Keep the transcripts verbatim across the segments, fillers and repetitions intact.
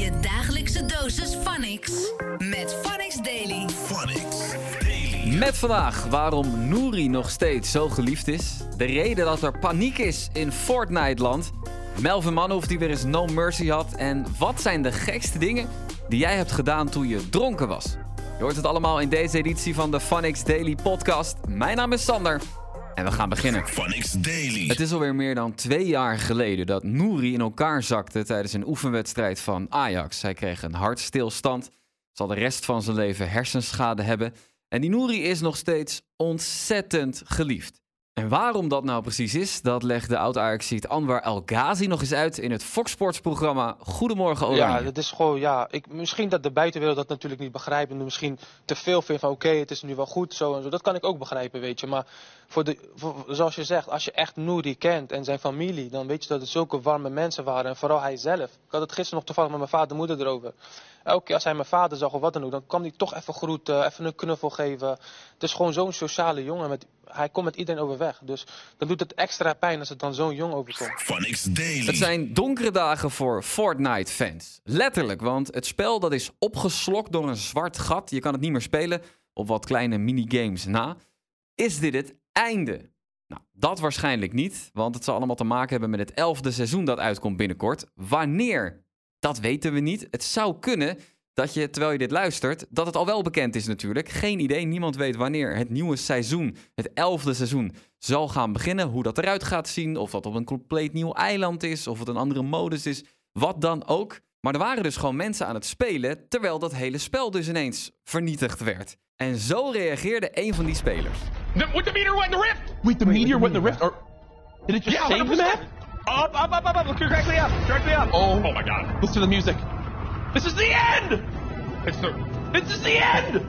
Je dagelijkse dosis Phonics met Phonics Daily. Phonics Daily. Met vandaag waarom Nouri nog steeds zo geliefd is. De reden dat er paniek is in Fortnite-land. Melvin Manhoef die weer eens No Mercy had. En wat zijn de gekste dingen die jij hebt gedaan toen je dronken was? Je hoort het allemaal in deze editie van de Phonics Daily podcast. Mijn naam is Sander. En we gaan beginnen. Phonics Daily. Het is alweer meer dan twee jaar geleden dat Nouri in elkaar zakte tijdens een oefenwedstrijd van Ajax. Hij kreeg een hartstilstand, zal de rest van zijn leven hersenschade hebben. En die Nouri is nog steeds ontzettend geliefd. En waarom dat nou precies is, dat legt de oud-Ajaxiet Anwar El Ghazi nog eens uit in het Fox Sports programma Goedemorgen Oranje. Ja, dat is gewoon, ja, ik, misschien dat de buitenwereld dat natuurlijk niet begrijpt en misschien te veel vindt van oké, okay, het is nu wel goed, zo en zo. Dat kan ik ook begrijpen, weet je. Maar voor de, voor, zoals je zegt, als je echt Nouri kent en zijn familie, dan weet je dat het zulke warme mensen waren. En vooral hij zelf. Ik had het gisteren nog toevallig met mijn vader en moeder erover. Elke keer als hij mijn vader zag of wat dan ook, dan kwam hij toch even groeten, even een knuffel geven. Het is gewoon zo'n sociale jongen. Met, hij komt met iedereen overweg. Dus dan doet het extra pijn als het dan zo'n jong overkomt. Phonics Daily. Het zijn donkere dagen voor Fortnite-fans. Letterlijk, want het spel dat is opgeslokt door een zwart gat. Je kan het niet meer spelen op wat kleine minigames na. Is dit het einde? Nou, dat waarschijnlijk niet, want het zal allemaal te maken hebben met het elfde seizoen dat uitkomt binnenkort. Wanneer? Dat weten we niet. Het zou kunnen dat je, terwijl je dit luistert, dat het al wel bekend is natuurlijk. Geen idee, niemand weet wanneer het nieuwe seizoen, het elfde seizoen, zal gaan beginnen. Hoe dat eruit gaat zien, of dat op een compleet nieuw eiland is, of het een andere modus is, wat dan ook. Maar er waren dus gewoon mensen aan het spelen, terwijl dat hele spel dus ineens vernietigd werd. En zo reageerde een van die spelers. The, with the meteor went in the rift! Wait, the meteor went in the rift? Or did it just Yeah, save the map? Up, up, up, up, up, look directly up, directly up. Oh. Oh my god. Listen to the music. This is the end! It's the, this is the end!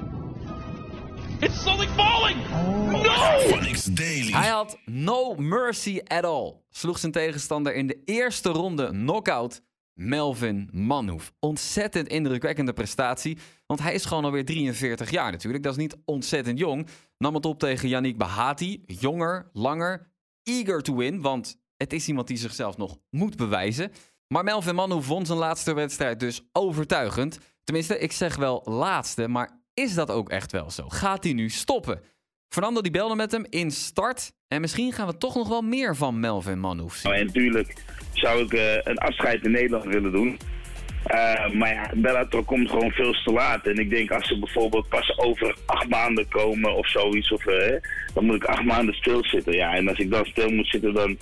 It's slowly falling! No! Phonics Daily. Hij had no mercy at all. Sloeg zijn tegenstander in de eerste ronde knock-out, Melvin Manhoef. Ontzettend indrukwekkende prestatie, want hij is gewoon alweer drieënveertig jaar natuurlijk. Dat is niet ontzettend jong. Nam het op tegen Yannick Bahati, jonger, langer, eager to win, want het is iemand die zichzelf nog moet bewijzen. Maar Melvin Manhoef won zijn laatste wedstrijd dus overtuigend. Tenminste, ik zeg wel laatste, maar is dat ook echt wel zo? Gaat hij nu stoppen? Fernando die belde met hem in start. En misschien gaan we toch nog wel meer van Melvin Manhoef zien. En natuurlijk zou ik uh, een afscheid in Nederland willen doen. Uh, maar ja, Bellator komt gewoon veel te laat. En ik denk als ze bijvoorbeeld pas over acht maanden komen of zoiets, of, uh, dan moet ik acht maanden stilzitten. Ja, en als ik dan stil moet zitten, dan,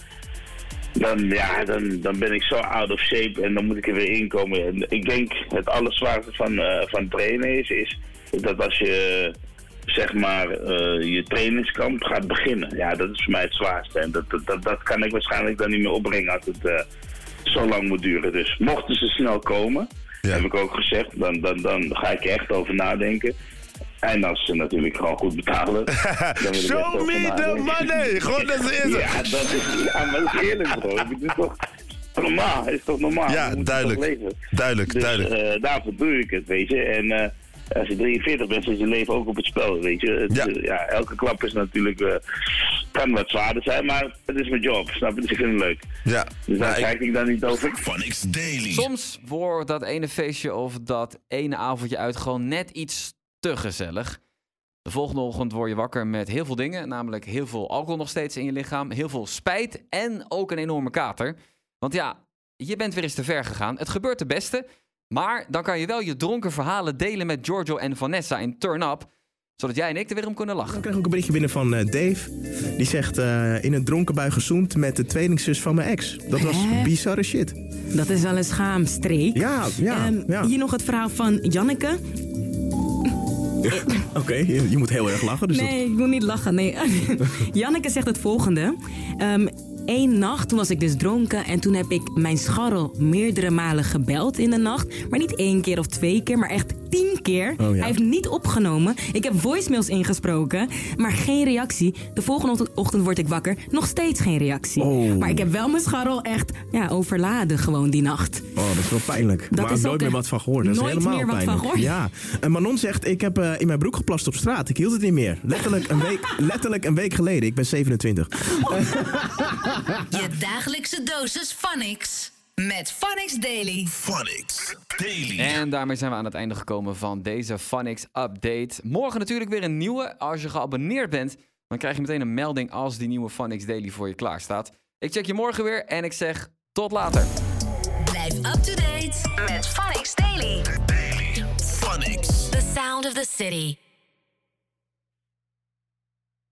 dan, ja, dan, dan ben ik zo out of shape en dan moet ik er weer in komen. En ik denk het allerzwaarste van, uh, van trainen is, is dat als je zeg maar uh, je trainingskamp gaat beginnen. Ja, dat is voor mij het zwaarste. En dat, dat, dat kan ik waarschijnlijk dan niet meer opbrengen als het uh, zo lang moet duren. Dus mochten ze snel komen, ja. heb ik ook gezegd, dan, dan, dan ga ik er echt over nadenken. En als ze natuurlijk gewoon goed betalen, dan wil ik Show echt me the money! Gewoon dat ze is het. Ja, dat is, ja, maar dat is eerlijk bro. Het is toch normaal, het is toch normaal. Ja, duidelijk. Duidelijk, dus, duidelijk. Uh, daarvoor doe ik het, weet je. En uh, als je drieënveertig bent, is je leven ook op het spel, weet je. Het, Ja. uh, ja, elke klap is natuurlijk, uh, kan wat zwaarder zijn, maar het is mijn job, snap je? Dus ik vind het leuk. Ja. Dus daar Nou, ik- kijk ik dan niet over. Phonics Daily. Soms wordt dat ene feestje of dat ene avondje uit gewoon net iets te gezellig. De volgende ochtend word je wakker met heel veel dingen. Namelijk heel veel alcohol nog steeds in je lichaam. Heel veel spijt en ook een enorme kater. Want ja, je bent weer eens te ver gegaan. Het gebeurt de beste. Maar dan kan je wel je dronken verhalen delen met Giorgio en Vanessa in Turn Up. Zodat jij en ik er weer om kunnen lachen. Dan krijg ik ook een berichtje binnen van uh, Dave. Die zegt, uh, in een dronken bui gezoend met de tweelingzus van mijn ex. Dat was Hè? bizarre shit. Dat is wel een schaamstreek. Ja, ja, Ehm, ja. Hier nog het verhaal van Janneke. Oké, okay, je, je moet heel erg lachen. Dus Nee, ik moet niet lachen. Nee. Janneke zegt het volgende. Um, Eén nacht, toen was ik dus dronken en toen heb ik mijn scharrel meerdere malen gebeld in de nacht. Maar niet één keer of twee keer, maar echt tien keer. Oh, ja. Hij heeft niet opgenomen. Ik heb voicemails ingesproken, maar geen reactie. De volgende ochtend word ik wakker, nog steeds geen reactie. Oh. Maar ik heb wel mijn scharrel echt ja, overladen gewoon die nacht. Oh, dat is wel pijnlijk. Dat maar is nooit ook meer een- wat van gehoord. Dat is nooit helemaal meer wat van pijnlijk. gehoord. Ja. En Manon zegt, ik heb uh, in mijn broek geplast op straat. Ik hield het niet meer. Letterlijk een week, letterlijk een week geleden. Ik ben zevenentwintig. Je dagelijkse dosis Phonics met Phonics Daily. Phonics. Daily. En daarmee zijn we aan het einde gekomen van deze Phonics Update. Morgen natuurlijk weer een nieuwe. Als je geabonneerd bent, dan krijg je meteen een melding als die nieuwe Phonics Daily voor je klaar staat. Ik check je morgen weer en ik zeg tot later. Blijf up to date met Phonics Daily. Daily. Phonics. The sound of the city.